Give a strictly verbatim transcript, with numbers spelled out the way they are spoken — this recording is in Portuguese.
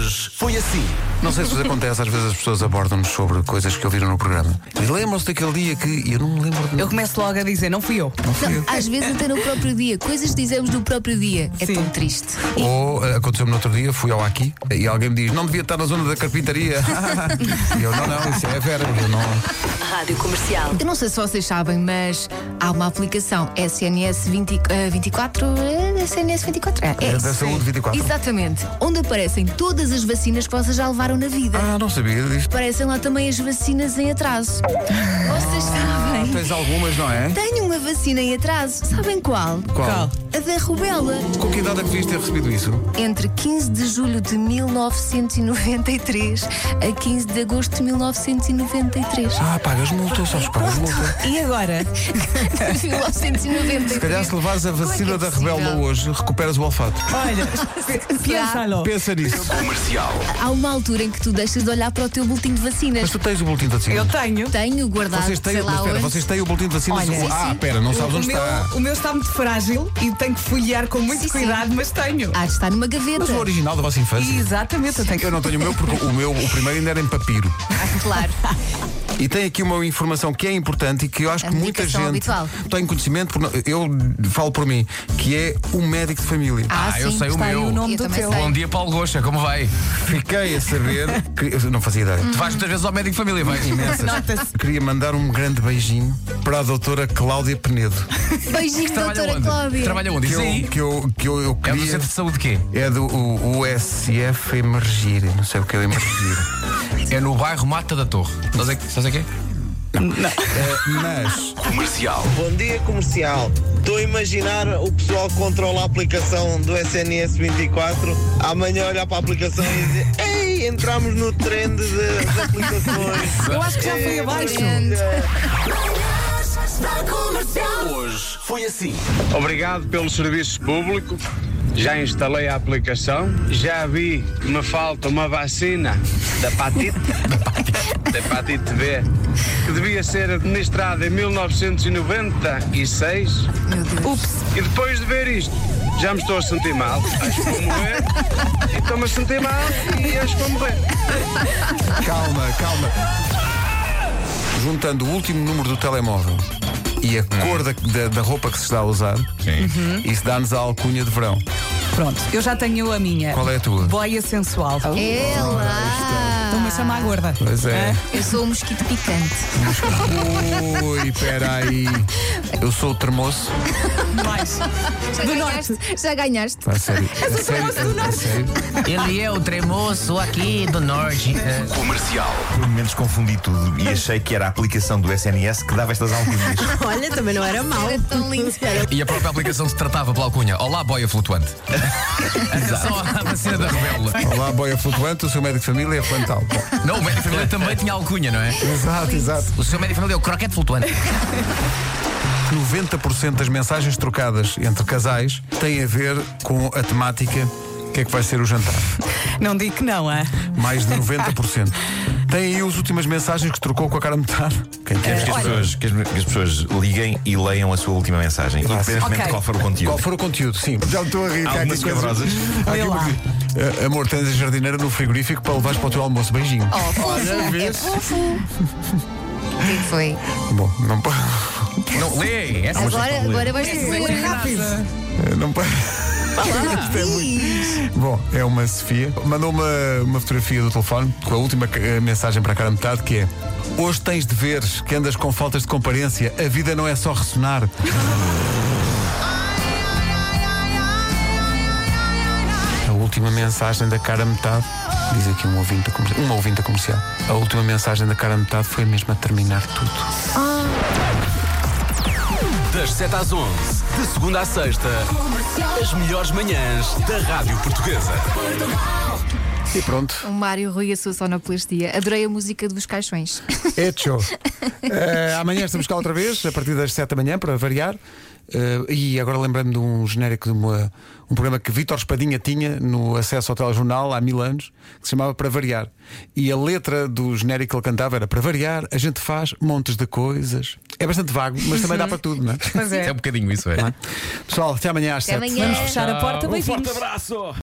Hoje foi assim. Não sei se vos acontece, às vezes as pessoas abordam-nos sobre coisas que ouviram no programa. E lembram-se daquele dia que e eu não me lembro de Eu começo logo a dizer, não fui eu. Não fui eu. Às vezes até no próprio dia. Coisas que dizemos no próprio dia. É Sim. tão triste. Ou uh, aconteceu-me no outro dia, fui ao Aqui e alguém me diz, não devia estar na zona da carpintaria. E eu, não, não, isso é a Vera. Eu não... Rádio Comercial. Eu não sei se vocês sabem, mas há uma aplicação S N S vinte, uh, vinte e quatro. Uh, S N S vinte e quatro? É, É isso. da Saúde vinte e quatro. Exatamente. Onde aparecem todas as vacinas que vocês já levaram na vida. Ah, não sabia disto. Aparecem lá também as vacinas em atraso. Vocês sabem? Tens algumas, não é? Tenho uma vacina em atraso. Sabem qual? Qual? A da rubéola. Com que idade é que devias ter recebido isso? Entre quinze de julho de mil novecentos e noventa e três a quinze de agosto de mil novecentos e noventa e três. Ah, pagas multa, só pagas multa. E agora? mil novecentos e noventa e três. Se calhar se levares a vacina Como é que é da rebelde possível? hoje, recuperas o olfato. Olha, pensa-lo. Pensa nisso. Comercial. Há uma altura em que tu deixas de olhar para o teu boletim de vacinas. Mas tu tens o boletim de vacina? Eu tenho. Tenho guardado, Vocês têm, sei mas lá espera, onde. vocês têm o boletim de vacina? Olha, sim, ah, sim. espera, não sabes O onde meu, está. o meu está muito frágil e tenho que folhear com muito Sim, sim. cuidado, mas tenho. Há de estar numa gaveta. Mas o original da vossa infância? Exatamente, eu tenho que. Eu não tenho o meu porque o meu, o primeiro ainda era em papiro. Ah, claro. E tem aqui uma informação que é importante e que eu acho A que muita medicação gente habitual. tem conhecimento, porque eu falo por mim, que é o médico de família. Ah, Ah, eu sim. sei o Está aí meu. o nome Eu do também teu. sei. Bom dia, Paulo Goxa, como vai? Fiquei a saber que eu não fazia ideia. Tu vais muitas vezes ao médico de família, vai? Imensas. Nota-se. Queria mandar um grande beijinho para a doutora Cláudia Penedo. Beijinho, Trabalha doutora onde? Cláudia. Trabalha onde? Que Diz eu, aí. que eu, que eu, eu É do queria. centro de saúde de quê? É do o, o S F Emergir. Não sei o que é o Emergir. É no bairro Mata da Torre. Sabes o que- sabes o que é? É, mas. Comercial. Bom dia, comercial. Estou a imaginar o pessoal que controla a aplicação do S N S vinte e quatro amanhã olhar para a aplicação e dizer: Ei, entramos no trend de, de aplicações. Eu acho que já foi abaixo. Hoje foi assim. Obrigado pelo serviço público. Já instalei a aplicação. Já vi que me falta uma vacina da hepatite, da hepatite B, que devia ser administrada em mil novecentos e noventa e seis. Ups. E depois de ver isto, já me estou a sentir mal. Acho que vou morrer. E estou-me a sentir mal e acho que vou morrer. Calma, calma. Juntando o último número do telemóvel e a cor da, da, da roupa que se está a usar, isso dá-nos a alcunha de verão. Pronto, eu já tenho a minha. Qual é a tua? Boia sensual. Ela. Estou-me a chamar gorda. Pois é. Eu sou um mosquito picante. Ui, peraí. Eu sou o termoço. Mais. Já Do ganhaste. norte. Já ganhaste. A sério. A sério. A sério. Ele é o tremoço aqui do norte. Comercial. Por momentos confundi tudo e achei que era a aplicação do S N S que dava estas alcunhas. Olha, também não era mau. Era tão lindo. E a própria aplicação se tratava pela alcunha. Olá, boia flutuante. Atenção à vacina da rubéola. Olá, boia flutuante, o seu médico de família é fantal. Bom, Não, o médico de família também tinha alcunha, não é? exato, exato. O seu médico de família é o croquete flutuante. noventa por cento das mensagens trocadas entre casais têm a ver com a temática que é que vai ser o jantar. Não digo que não, é? Mais de noventa por cento. Tem aí as últimas mensagens que trocou com a cara metade. Quem quer? Queremos que as, pessoas, que, as, que as pessoas liguem e leiam a sua última mensagem, independentemente Ok. de qual for o conteúdo. Qual for o conteúdo, sim. Já me estou a rir. Há Há aqui algumas coisas- escabrosas. Há aqui Lê uma lá. que- Ah, amor, tens a jardineira no frigorífico para levares para o teu almoço. Beijinho. Oh, fofo. Olha, É vês? fofo. O que é que foi? Bom, não pode. Não, lê. Essa Agora, agora vais Foi dizer. rápido. Não pode. Isto é muito- Bom, é uma Sofia. Mandou uma, uma fotografia do telefone com a última eh, mensagem para a cara metade que é: hoje tens de ver que andas com faltas de comparência. A vida não é só ressonar. A última mensagem da cara metade, diz aqui um ouvinte comercial, uma ouvinte comercial. A última mensagem da cara metade foi mesmo a terminar tudo. Das sete às onze, de segunda à sexta, as melhores manhãs da Rádio Portuguesa. E pronto. O Mário Rui e a sua sonoplastia. Adorei a música dos caixões. Hecho. Uh, amanhã estamos cá outra vez, a partir das sete da manhã, para variar. Uh, e agora lembrei-me de um genérico de uma, um programa que Vítor Espadinha tinha no acesso ao telejornal há mil anos, que se chamava Para Variar. E a letra do genérico que ele cantava era: para variar, a gente faz montes de coisas. É bastante vago, mas também dá para tudo, não é? Mas é. É um bocadinho isso, é. Pessoal, até amanhã às Até sete. amanhã. Vamos fechar a porta. Um Beijinhos. forte abraço.